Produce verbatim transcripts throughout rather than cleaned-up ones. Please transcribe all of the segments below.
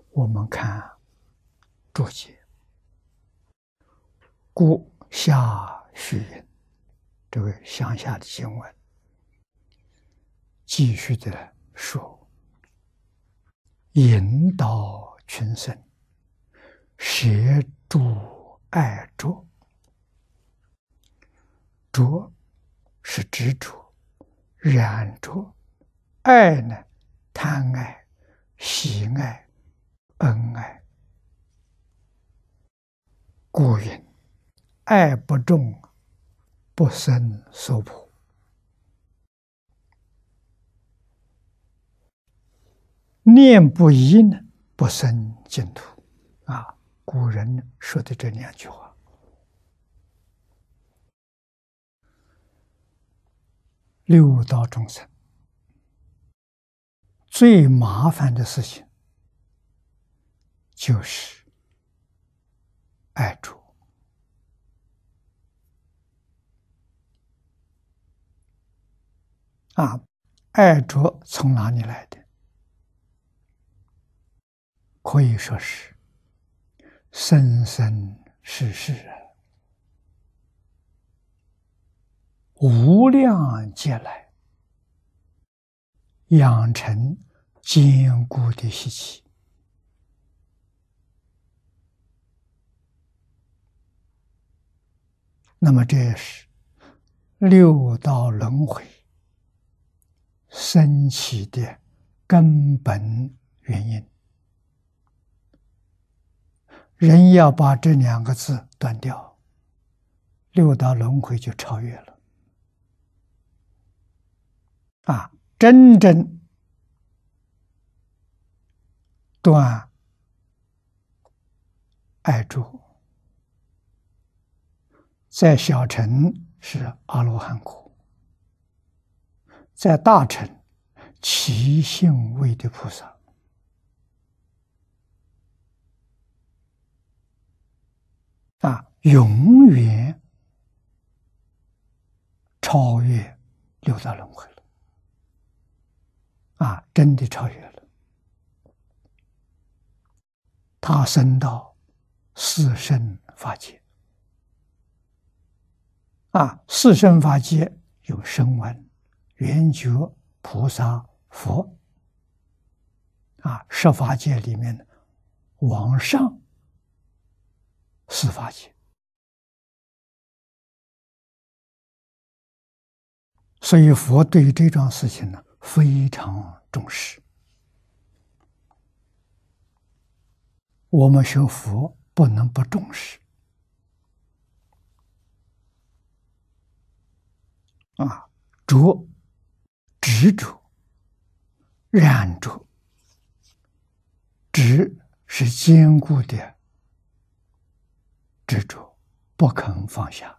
我们看注解，故下虚云，这个向下的经文继续的说，引导群生，摄诸爱着。着是执着、染着，爱呢，贪爱、喜爱、恩爱。故云：爱不重，不生娑婆。念不依呢，不生净土。啊，古人说的这两句话。六道众生最麻烦的事情就是爱着。啊，爱着从哪里来的？可以说是生生世世啊，无量劫来养成坚固的习气。那么这也是六道轮回升起的根本原因。人要把这两个字断掉，六道轮回就超越了。啊，真正断爱着，在小乘是阿罗汉果，在大乘其性位的菩萨。啊，永远超越六道轮回了。啊，真的超越了。他升到四圣法界。啊，四圣法界有声闻、缘觉、菩萨、佛。啊，十法界里面往上四法界。所以佛对于这桩事情呢，非常重视。我们学佛不能不重视。啊，着、执着、染着。执是坚固的执着，不肯放下。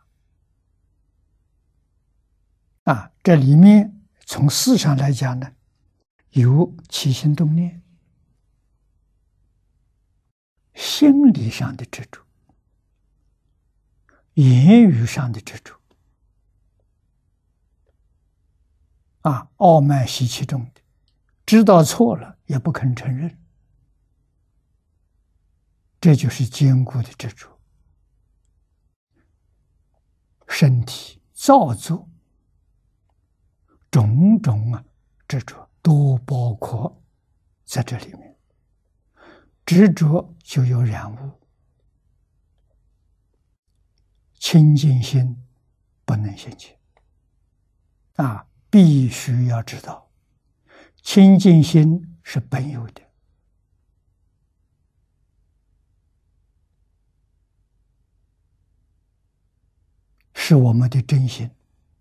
啊，这里面从事上来讲呢，有起心动念，心理上的执着，言语上的执着。啊，傲慢习气重的，知道错了也不肯承认，这就是坚固的执着。身体造作种种啊执着都包括在这里面。执着就有染污，清净心不能现前。啊，必须要知道，清净心是本有的。是我们的真心，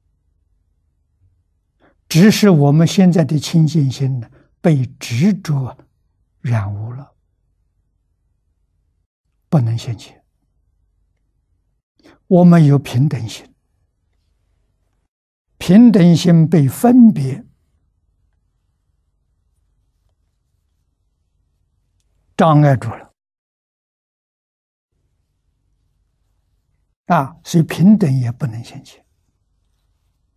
只是我们现在的清净心呢，被执着染污了，不能现前。我们有平等心，平等心被分别障碍住了。啊，所以平等也不能现前。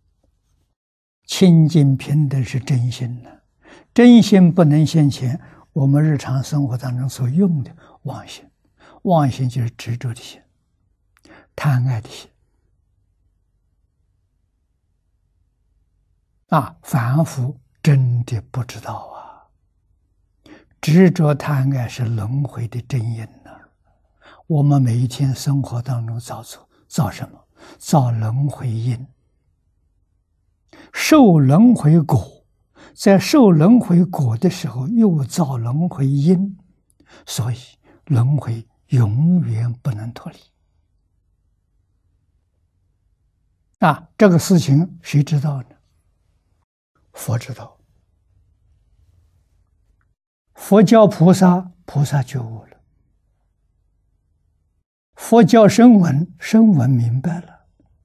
清净平等是真心呢，真心不能现前， 我们日常生活当中所用的妄心，妄心就是执着的心、贪爱的心啊，凡夫真的不知道啊，执着贪爱是轮回的真因呐、啊。我们每一天生活当中造作，造什么？造轮回因，受轮回果，在受轮回果的时候又造轮回因，所以轮回永远不能脱离啊！这个事情谁知道呢？佛知道。佛教菩萨，菩萨觉悟了；佛教声闻，声闻明白了。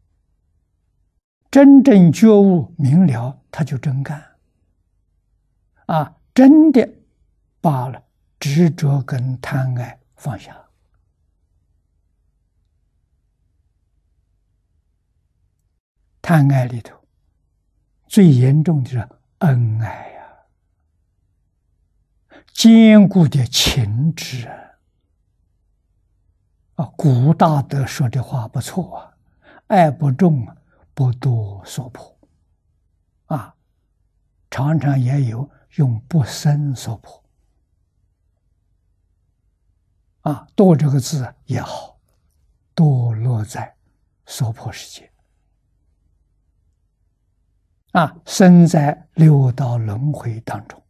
真正觉悟明了，他就真干啊！真的把了执着跟贪爱放下。贪爱里头最严重的是恩爱呀、啊，坚固的情执啊！啊，古大德说的话不错啊，爱不重啊，不多所破啊，常常也有用不生所破啊，堕这个字也好，堕落在所破世界啊，生在六道轮回当中。